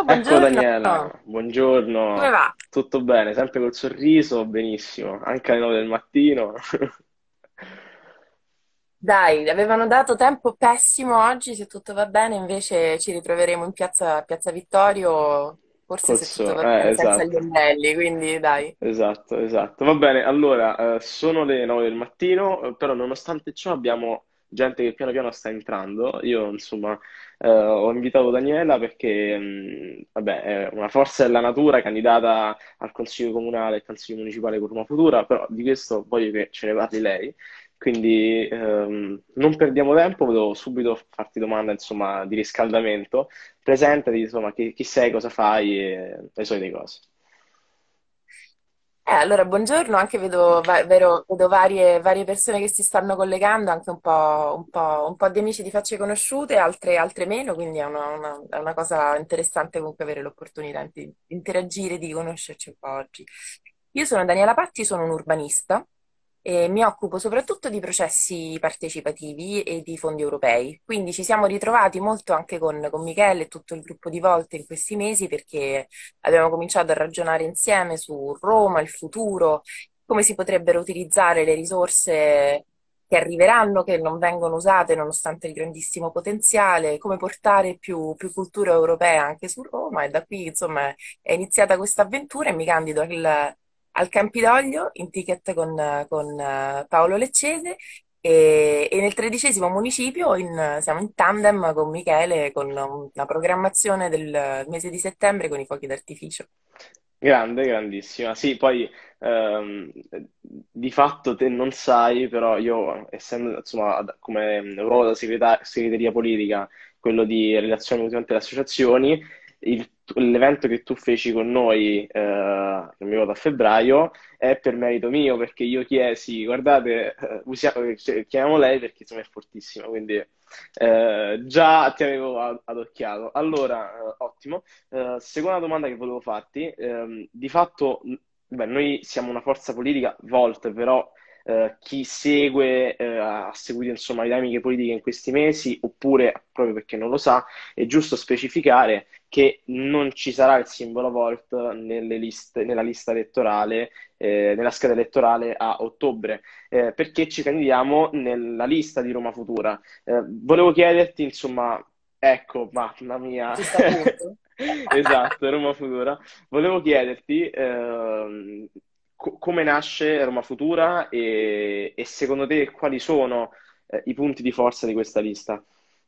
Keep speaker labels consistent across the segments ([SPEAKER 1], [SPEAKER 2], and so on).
[SPEAKER 1] Ciao,
[SPEAKER 2] Ecco
[SPEAKER 1] buongiorno.
[SPEAKER 2] Daniela,
[SPEAKER 1] Come
[SPEAKER 2] buongiorno.
[SPEAKER 1] va?
[SPEAKER 2] Tutto bene, sempre col sorriso, benissimo, anche alle 9 del mattino.
[SPEAKER 1] Dai, avevano dato tempo pessimo oggi, se tutto va bene, invece ci ritroveremo in piazza Vittorio, forse se tutto va bene, senza gli
[SPEAKER 2] Esatto,
[SPEAKER 1] ombrelli, quindi dai.
[SPEAKER 2] esatto, esatto. Va bene, allora, sono le 9 del mattino, però nonostante ciò abbiamo gente che piano piano sta entrando. Io, insomma, ho invitato Daniela perché, vabbè, è una forza della natura candidata al Consiglio Comunale e Consiglio Municipale con Roma Futura, però di questo voglio che ce ne parli lei. Quindi non perdiamo tempo, volevo subito farti domanda, insomma, di riscaldamento. Presentati, insomma, chi sei, cosa fai e le solite cose.
[SPEAKER 1] Allora, buongiorno, anche vedo varie persone che si stanno collegando, anche un po' di amici di facce conosciute, altre meno, quindi è una cosa interessante comunque avere l'opportunità di interagire, di conoscerci un po' oggi. Io sono Daniela Patti, sono un urbanista e mi occupo soprattutto di processi partecipativi e di fondi europei. Quindi ci siamo ritrovati molto anche con Michele e tutto il gruppo di Volte in questi mesi perché abbiamo cominciato a ragionare insieme su Roma, il futuro, come si potrebbero utilizzare le risorse che arriveranno, che non vengono usate nonostante il grandissimo potenziale, come portare più cultura europea anche su Roma e da qui insomma è iniziata questa avventura e mi candido al Campidoglio in ticket con Paolo Leccese e nel 13° municipio siamo in tandem con Michele con una programmazione del mese di settembre con i fuochi d'artificio.
[SPEAKER 2] Grande, grandissima. Sì, poi ehm, di fatto te non sai, però io, essendo insomma come ruolo da segreteria politica, quello di relazioni con le associazioni, l'evento che tu feci con noi, non mi ricordo a febbraio, è per merito mio, perché io chiesi, guardate, chiamiamo lei perché insomma è fortissima, quindi già ti avevo adocchiato. Allora, ottimo. Seconda domanda che volevo farti, di fatto, beh, noi siamo una forza politica, Volt, però chi segue, ha seguito insomma le dinamiche politiche in questi mesi, oppure proprio perché non lo sa, è giusto specificare che non ci sarà il simbolo Volt nella lista elettorale, nella scheda elettorale a ottobre, perché ci candidiamo nella lista di Roma Futura. Volevo chiederti, insomma, ecco, mamma mia,
[SPEAKER 1] Giusto appunto.
[SPEAKER 2] esatto, Roma Futura. Volevo chiederti come nasce Roma Futura e secondo te quali sono i punti di forza di questa lista?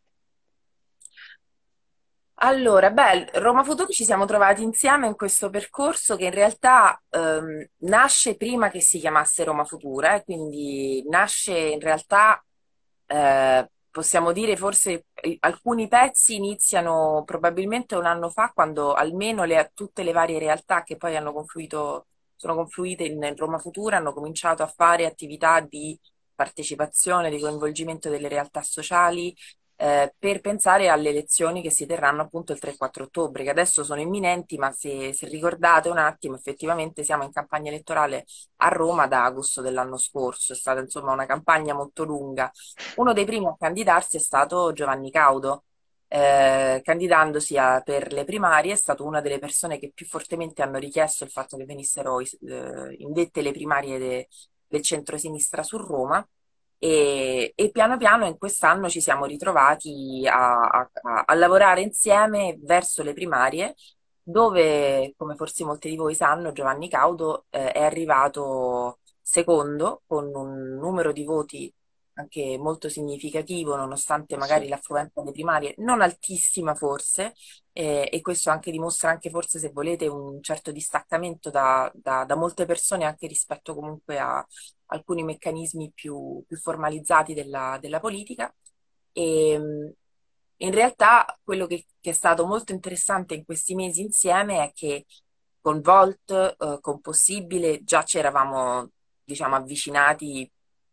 [SPEAKER 1] Allora, beh, Roma Futuro ci siamo trovati insieme in questo percorso che in realtà nasce prima che si chiamasse Roma Futura, quindi nasce in realtà, possiamo dire, forse alcuni pezzi iniziano probabilmente un anno fa, quando almeno tutte le varie realtà che poi sono confluite in Roma Futura hanno cominciato a fare attività di partecipazione, di coinvolgimento delle realtà sociali per pensare alle elezioni che si terranno appunto il 3-4 ottobre, che adesso sono imminenti, ma se ricordate un attimo, effettivamente siamo in campagna elettorale a Roma da agosto dell'anno scorso, è stata insomma una campagna molto lunga. Uno dei primi a candidarsi è stato Giovanni Caudo. Candidandosi per le primarie, è stato una delle persone che più fortemente hanno richiesto il fatto che venissero indette le primarie del centrosinistra su Roma e piano piano in quest'anno ci siamo ritrovati a lavorare insieme verso le primarie, dove, come forse molti di voi sanno, Giovanni Caudo è arrivato secondo con un numero di voti anche molto significativo, nonostante
[SPEAKER 2] Sì.
[SPEAKER 1] magari l'affluenza alle primarie non altissima forse, e questo anche dimostra anche forse, se volete, un certo distaccamento da molte persone anche rispetto comunque a alcuni meccanismi più formalizzati della politica. E in realtà quello che è stato molto interessante in questi mesi insieme è che con Volt, con Possibile, già ci eravamo, diciamo, avvicinati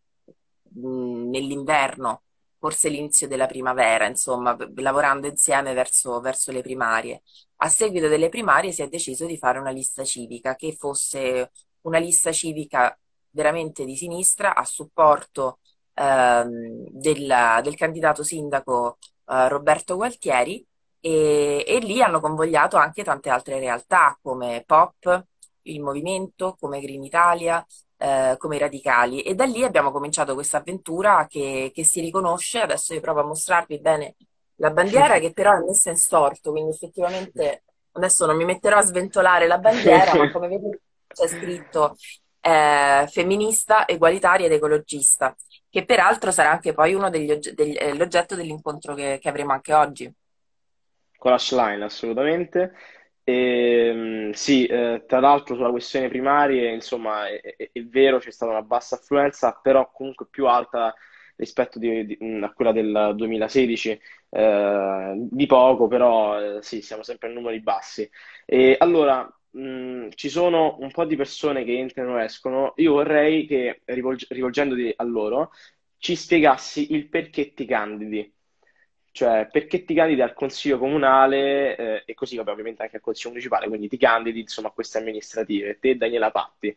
[SPEAKER 1] nell'inverno, forse l'inizio della primavera, insomma, lavorando insieme verso le primarie. A seguito delle primarie si è deciso di fare una lista civica che fosse una lista civica veramente di sinistra a supporto del candidato sindaco Roberto Gualtieri e lì hanno convogliato anche tante altre realtà come Pop, il Movimento, come Green Italia, come i Radicali. E da lì abbiamo cominciato questa avventura che si riconosce. Adesso io provo a mostrarvi bene la bandiera, che però è messa in storto, quindi effettivamente adesso non mi metterò a sventolare la bandiera, ma come vedete c'è scritto femminista, egualitaria ed ecologista, che peraltro sarà anche poi uno l'oggetto dell'incontro che avremo anche oggi.
[SPEAKER 2] Con l'Ashline, assolutamente. Sì, tra l'altro sulla questione primarie, insomma, è vero, c'è stata una bassa affluenza, però comunque più alta rispetto a quella del 2016, di poco, però sì, siamo sempre a numeri bassi. E allora, ci sono un po' di persone che entrano e escono. Io vorrei che, rivolgendoti a loro, ci spiegassi il perché ti candidi. Cioè, perché ti candidi al consiglio comunale, e così, vabbè, ovviamente anche al consiglio municipale, quindi ti candidi, insomma, a queste amministrative, te e Daniela Patti.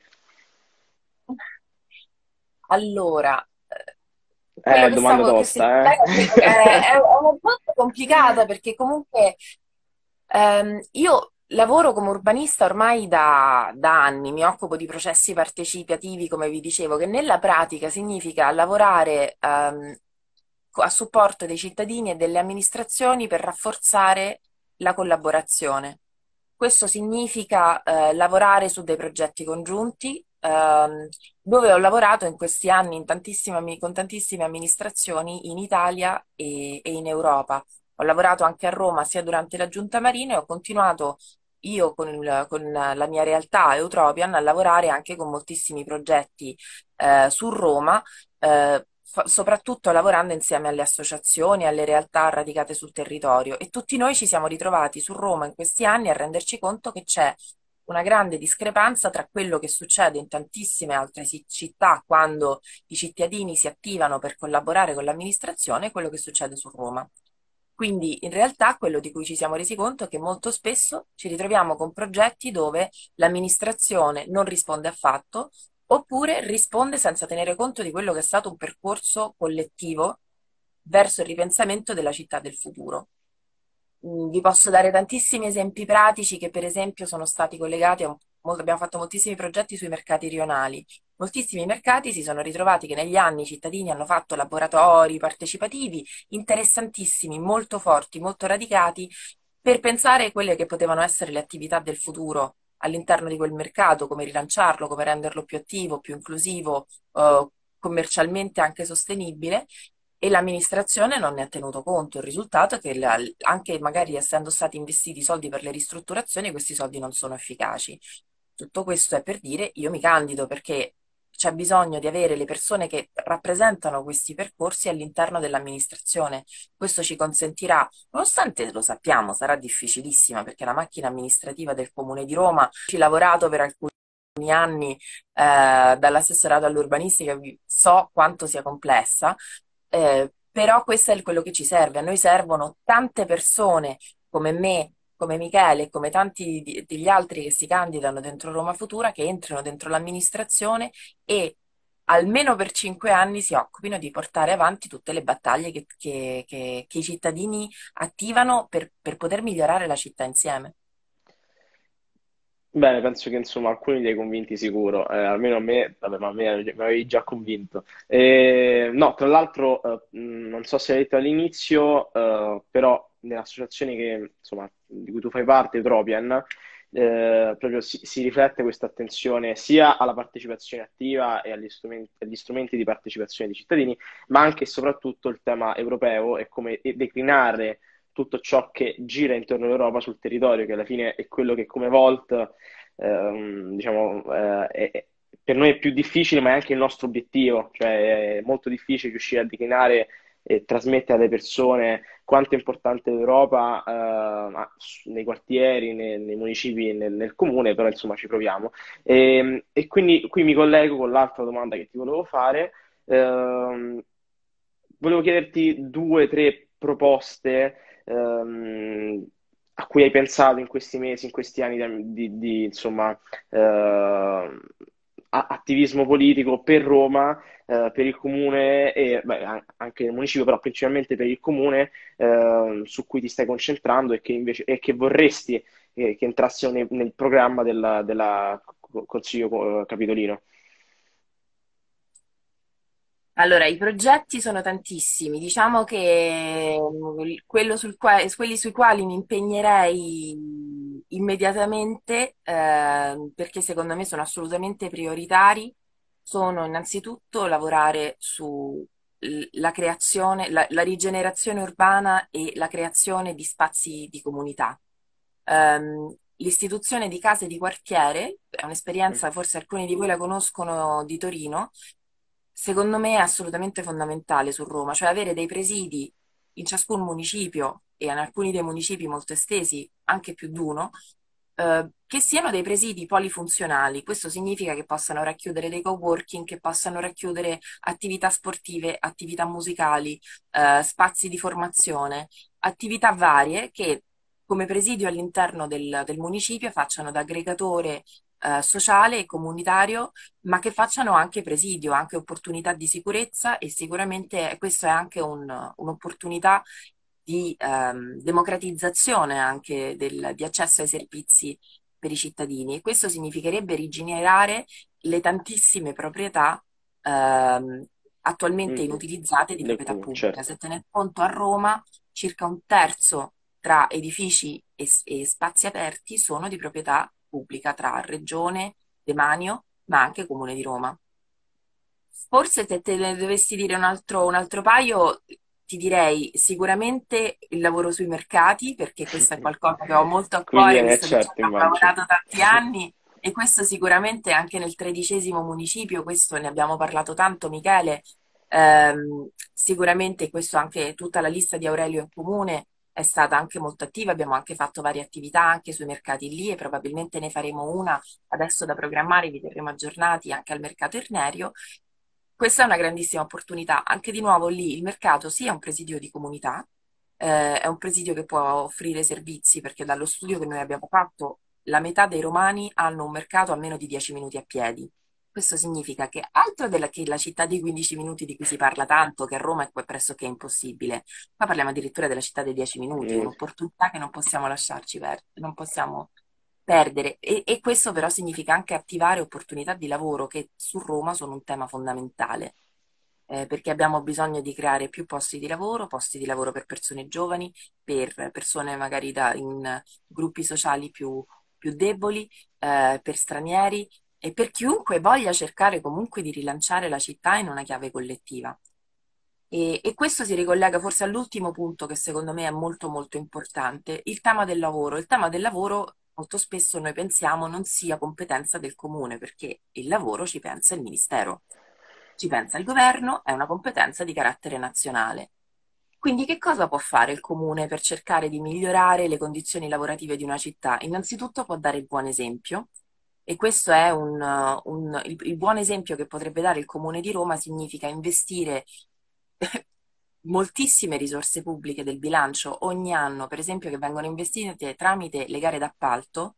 [SPEAKER 1] Allora, quello
[SPEAKER 2] Domanda
[SPEAKER 1] che si
[SPEAKER 2] tosta,
[SPEAKER 1] spiega è un po' complicata perché comunque io lavoro come urbanista ormai da anni, mi occupo di processi partecipativi, come vi dicevo, che nella pratica significa lavorare a supporto dei cittadini e delle amministrazioni per rafforzare la collaborazione. Questo significa lavorare su dei progetti congiunti, dove ho lavorato in questi anni con tantissime amministrazioni in Italia e in Europa. Ho lavorato anche a Roma sia durante la Giunta Marina e ho continuato io con la mia realtà Eutropian a lavorare anche con moltissimi progetti su Roma, soprattutto lavorando insieme alle associazioni, alle realtà radicate sul territorio. E tutti noi ci siamo ritrovati su Roma in questi anni a renderci conto che c'è una grande discrepanza tra quello che succede in tantissime altre città quando i cittadini si attivano per collaborare con l'amministrazione e quello che succede su Roma. Quindi in realtà quello di cui ci siamo resi conto è che molto spesso ci ritroviamo con progetti dove l'amministrazione non risponde affatto, oppure risponde senza tenere conto di quello che è stato un percorso collettivo verso il ripensamento della città del futuro. Vi posso dare tantissimi esempi pratici che per esempio sono stati collegati abbiamo fatto moltissimi progetti sui mercati rionali. Moltissimi mercati si sono ritrovati che negli anni i cittadini hanno fatto laboratori partecipativi interessantissimi, molto forti, molto radicati, per pensare a quelle che potevano essere le attività del futuro all'interno di quel mercato, come rilanciarlo, come renderlo più attivo, più inclusivo, commercialmente anche sostenibile. E l'amministrazione non ne ha tenuto conto. Il risultato è che anche magari essendo stati investiti soldi per le ristrutturazioni, questi soldi non sono efficaci. Tutto questo è per dire io mi candido perché c'è bisogno di avere le persone che rappresentano questi percorsi all'interno dell'amministrazione. Questo ci consentirà, nonostante lo sappiamo, sarà difficilissima perché la macchina amministrativa del Comune di Roma ci ho lavorato per alcuni anni dall'assessorato all'urbanistica, so quanto sia complessa, però questo è quello che ci serve. A noi servono tante persone come me, come Michele e come tanti degli altri che si candidano dentro Roma Futura, che entrino dentro l'amministrazione e almeno per 5 anni si occupino di portare avanti tutte le battaglie che i cittadini attivano per poter migliorare la città insieme.
[SPEAKER 2] Bene, penso che insomma alcuni li hai convinti sicuro, almeno a me, vabbè, ma a me mi avevi già convinto. No, tra l'altro, non so se hai detto all'inizio, però nell'associazione insomma, di cui tu fai parte, Tropian, proprio si riflette questa attenzione sia alla partecipazione attiva e agli strumenti di partecipazione dei cittadini, ma anche e soprattutto il tema europeo e come declinare tutto ciò che gira intorno all'Europa sul territorio, che alla fine è quello che come Volt, diciamo, per noi è più difficile, ma è anche il nostro obiettivo, cioè è molto difficile riuscire a declinare e trasmettere alle persone quanto è importante l'Europa, nei quartieri, nei municipi, nel comune, però insomma ci proviamo. E quindi qui mi collego con l'altra domanda che ti volevo fare. Ehm, Volevo chiederti due, tre proposte a cui hai pensato in questi mesi, in questi anni insomma, attivismo politico per Roma, per il comune e beh, anche nel municipio, però principalmente per il comune, su cui ti stai concentrando e che vorresti che entrassero nel programma della Consiglio Capitolino.
[SPEAKER 1] Allora, i progetti sono tantissimi. Diciamo che quelli sui quali mi impegnerei immediatamente, perché secondo me sono assolutamente prioritari, sono innanzitutto lavorare sulla creazione, la rigenerazione urbana e la creazione di spazi di comunità. L'istituzione di case di quartiere è
[SPEAKER 2] Mm.
[SPEAKER 1] un'esperienza, forse alcuni di voi la conoscono, di Torino. Secondo me è assolutamente fondamentale su Roma, cioè avere dei presidi in ciascun municipio e in alcuni dei municipi molto estesi, anche più di uno, che siano dei presidi polifunzionali. Questo significa che possano racchiudere dei coworking, che possano racchiudere attività sportive, attività musicali, spazi di formazione, attività varie che come presidio all'interno del municipio facciano da aggregatore sociale e comunitario, ma che facciano anche presidio, anche opportunità di sicurezza e sicuramente questo è anche un'opportunità di democratizzazione anche di accesso ai servizi per i cittadini. E questo significherebbe rigenerare le tantissime proprietà attualmente
[SPEAKER 2] Mhm.
[SPEAKER 1] inutilizzate di
[SPEAKER 2] Del
[SPEAKER 1] proprietà
[SPEAKER 2] comune,
[SPEAKER 1] pubblica.
[SPEAKER 2] certo.
[SPEAKER 1] Se tenete conto, a Roma circa un terzo tra edifici e spazi aperti sono di proprietà pubblica tra Regione, Demanio, ma anche Comune di Roma. Forse se te ne dovessi dire un altro paio, ti direi sicuramente il lavoro sui mercati, perché questo è qualcosa che ho molto a
[SPEAKER 2] Quindi,
[SPEAKER 1] cuore, visto che ci
[SPEAKER 2] certo,
[SPEAKER 1] abbiamo
[SPEAKER 2] immagino.
[SPEAKER 1] lavorato tanti anni, e questo sicuramente anche nel 13° municipio, questo ne abbiamo parlato tanto, Michele, sicuramente questo anche tutta la lista di Aurelio in Comune è stata anche molto attiva, abbiamo anche fatto varie attività anche sui mercati lì e probabilmente ne faremo una adesso da programmare, vi terremo aggiornati anche al mercato Irnerio. Questa è una grandissima opportunità. Anche di nuovo lì il mercato sì è un presidio di comunità, è un presidio che può offrire servizi perché dallo studio che noi abbiamo fatto la metà dei romani hanno un mercato a meno di 10 minuti a piedi. Questo significa che altro che la città dei 15 minuti di cui si parla tanto, che a Roma è pressoché impossibile, qua parliamo addirittura della città dei 10 minuti,
[SPEAKER 2] Mm.
[SPEAKER 1] un'opportunità che non possiamo lasciarci perdere, non possiamo perdere. E questo però significa anche attivare opportunità di lavoro che su Roma sono un tema fondamentale, perché abbiamo bisogno di creare più posti di lavoro per persone giovani, per persone magari in gruppi sociali più deboli, per stranieri e per chiunque voglia cercare comunque di rilanciare la città in una chiave collettiva. E questo si ricollega forse all'ultimo punto che secondo me è molto molto importante, il tema del lavoro. Il tema del lavoro molto spesso noi pensiamo non sia competenza del comune, perché il lavoro ci pensa il ministero, ci pensa il governo, è una competenza di carattere nazionale. Quindi che cosa può fare il comune per cercare di migliorare le condizioni lavorative di una città? Innanzitutto può dare il buon esempio. E questo è il buon esempio che potrebbe dare il Comune di Roma significa investire moltissime risorse pubbliche del bilancio ogni anno, per esempio, che vengono investite tramite le gare d'appalto,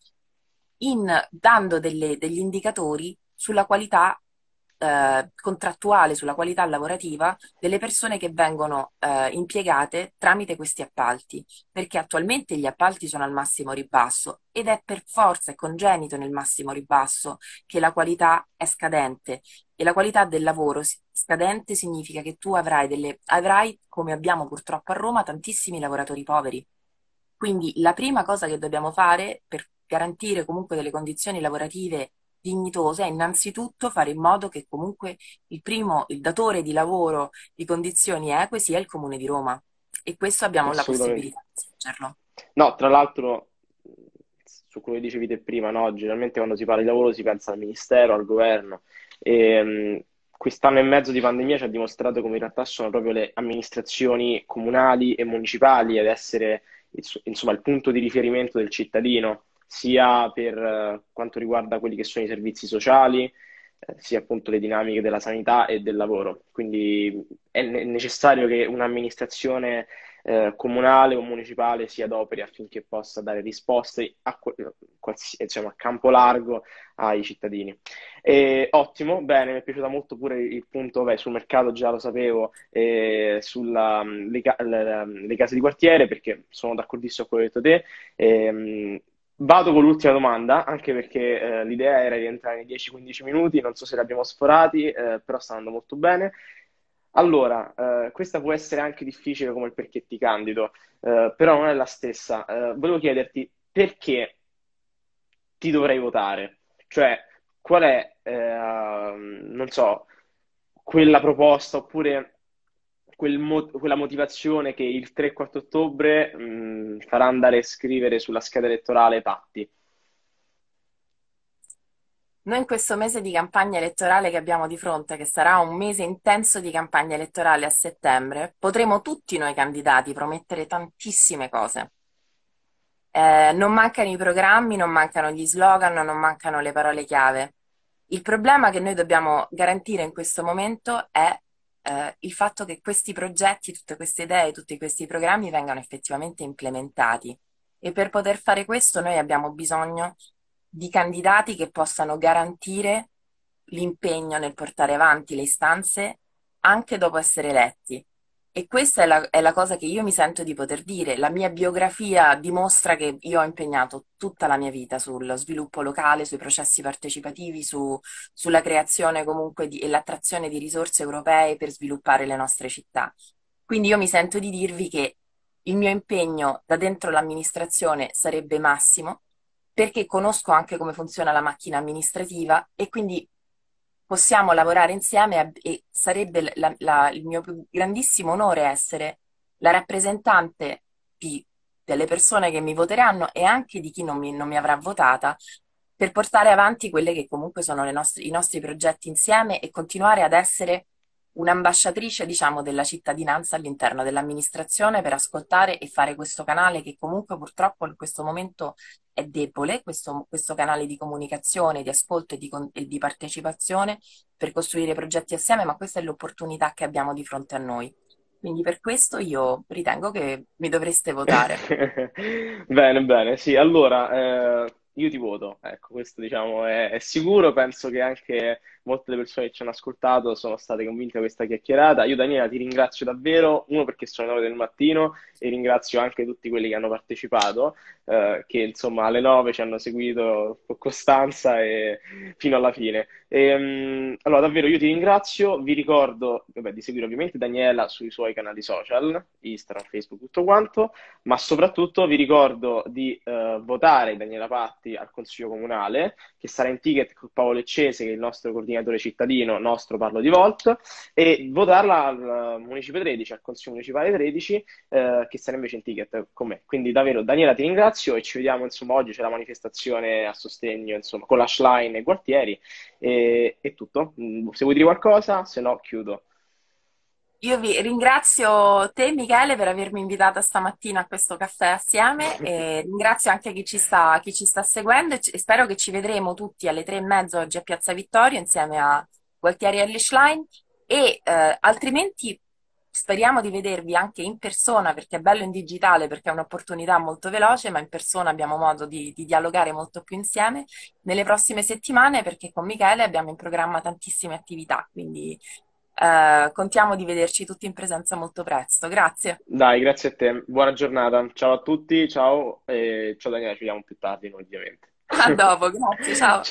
[SPEAKER 1] dando degli indicatori sulla qualità contrattuale, sulla qualità lavorativa delle persone che vengono impiegate tramite questi appalti, perché attualmente gli appalti sono al massimo ribasso ed è per forza, è congenito nel massimo ribasso che la qualità è scadente e la qualità del lavoro scadente significa che tu avrai, come abbiamo purtroppo a Roma, tantissimi lavoratori poveri. Quindi la prima cosa che dobbiamo fare per garantire comunque delle condizioni lavorative dignitose è innanzitutto fare in modo che comunque il datore di lavoro di condizioni eque sia il Comune di Roma. E questo abbiamo la
[SPEAKER 2] Assolutamente.
[SPEAKER 1] possibilità di spingerlo.
[SPEAKER 2] No, tra l'altro, su quello che dicevi te prima, no? Generalmente quando si parla di lavoro si pensa al ministero, al governo. E, quest'anno e mezzo di pandemia ci ha dimostrato come in realtà sono proprio le amministrazioni comunali e municipali ad essere, insomma, il punto di riferimento del cittadino, sia per quanto riguarda quelli che sono i servizi sociali, sia appunto le dinamiche della sanità e del lavoro. Quindi è necessario che un'amministrazione comunale o municipale si adoperi affinché possa dare risposte insomma, a campo largo ai cittadini. Ottimo, bene, mi è piaciuto molto pure il punto, beh, sul mercato già lo sapevo, le case di quartiere, perché sono d'accordissimo con quello che hai detto te. Vado con l'ultima domanda, anche perché l'idea era di entrare nei 10-15 minuti, non so se li abbiamo sforati, però sta andando molto bene. Allora, questa può essere anche difficile come il perché ti candido, però non è la stessa. Volevo chiederti perché ti dovrei votare? Cioè, qual è, non so, quella proposta oppure quella motivazione che il 3-4 ottobre, farà andare a scrivere sulla scheda elettorale Patti?
[SPEAKER 1] Noi in questo mese di campagna elettorale che abbiamo di fronte, che sarà un mese intenso di campagna elettorale a settembre, potremo tutti noi candidati promettere tantissime cose. Non mancano i programmi, non mancano gli slogan, non mancano le parole chiave. Il problema che noi dobbiamo garantire in questo momento è il fatto che questi progetti, tutte queste idee, tutti questi programmi vengano effettivamente implementati. E per poter fare questo noi abbiamo bisogno di candidati che possano garantire l'impegno nel portare avanti le istanze anche dopo essere eletti. E questa è la cosa che io mi sento di poter dire. La mia biografia dimostra che io ho impegnato tutta la mia vita sullo sviluppo locale, sui processi partecipativi, sulla creazione comunque e l'attrazione di risorse europee per sviluppare le nostre città. Quindi io mi sento di dirvi che il mio impegno da dentro l'amministrazione sarebbe massimo, perché conosco anche come funziona la macchina amministrativa e quindi possiamo lavorare insieme e sarebbe il mio più grandissimo onore essere la rappresentante delle persone che mi voteranno e anche di chi non mi avrà votata per portare avanti quelle che comunque sono i nostri progetti insieme e continuare ad essere un'ambasciatrice, diciamo, della cittadinanza all'interno dell'amministrazione per ascoltare e fare questo canale che comunque purtroppo in questo momento è debole, questo canale di comunicazione, di ascolto e di partecipazione per costruire progetti assieme, ma questa è l'opportunità che abbiamo di fronte a noi. Quindi per questo io ritengo che mi dovreste votare.
[SPEAKER 2] Bene, bene, sì, allora io ti voto, ecco, questo diciamo è sicuro, penso che anche molte delle persone che ci hanno ascoltato sono state convinte da questa chiacchierata. Io Daniela ti ringrazio davvero, uno perché sono le 9 del mattino e ringrazio anche tutti quelli che hanno partecipato, che insomma alle 9 ci hanno seguito con costanza e fino alla fine. Allora, davvero io ti ringrazio, vi ricordo vabbè, di seguire ovviamente Daniela sui suoi canali social, Instagram, Facebook, tutto quanto, ma soprattutto vi ricordo di votare Daniela Patti al Consiglio Comunale, che sarà in ticket con Paolo Eccese, che è il nostro coordinatore cittadino, nostro parlo di Volt, e votarla al Municipio 13, al Consiglio Municipale 13, che sarà invece in ticket con me. Quindi davvero Daniela ti ringrazio e ci vediamo insomma oggi c'è la manifestazione a sostegno insomma con l'Ashline e Gualtieri e tutto. Se vuoi dire qualcosa, se no chiudo.
[SPEAKER 1] Io vi ringrazio te, Michele, per avermi invitata stamattina a questo caffè assieme e ringrazio anche chi ci sta seguendo e spero che ci vedremo tutti alle 3:30 oggi a Piazza Vittorio insieme a Gualtieri Schlein e altrimenti speriamo di vedervi anche in persona perché è bello in digitale perché è un'opportunità molto veloce, ma in persona abbiamo modo di dialogare molto più insieme nelle prossime settimane perché con Michele abbiamo in programma tantissime attività, quindi contiamo di vederci tutti in presenza molto presto. Grazie.
[SPEAKER 2] Dai, grazie a te. Buona giornata. Ciao a tutti, ciao e ciao Daniela, ci vediamo più tardi, noi, ovviamente.
[SPEAKER 1] A dopo, grazie, ciao.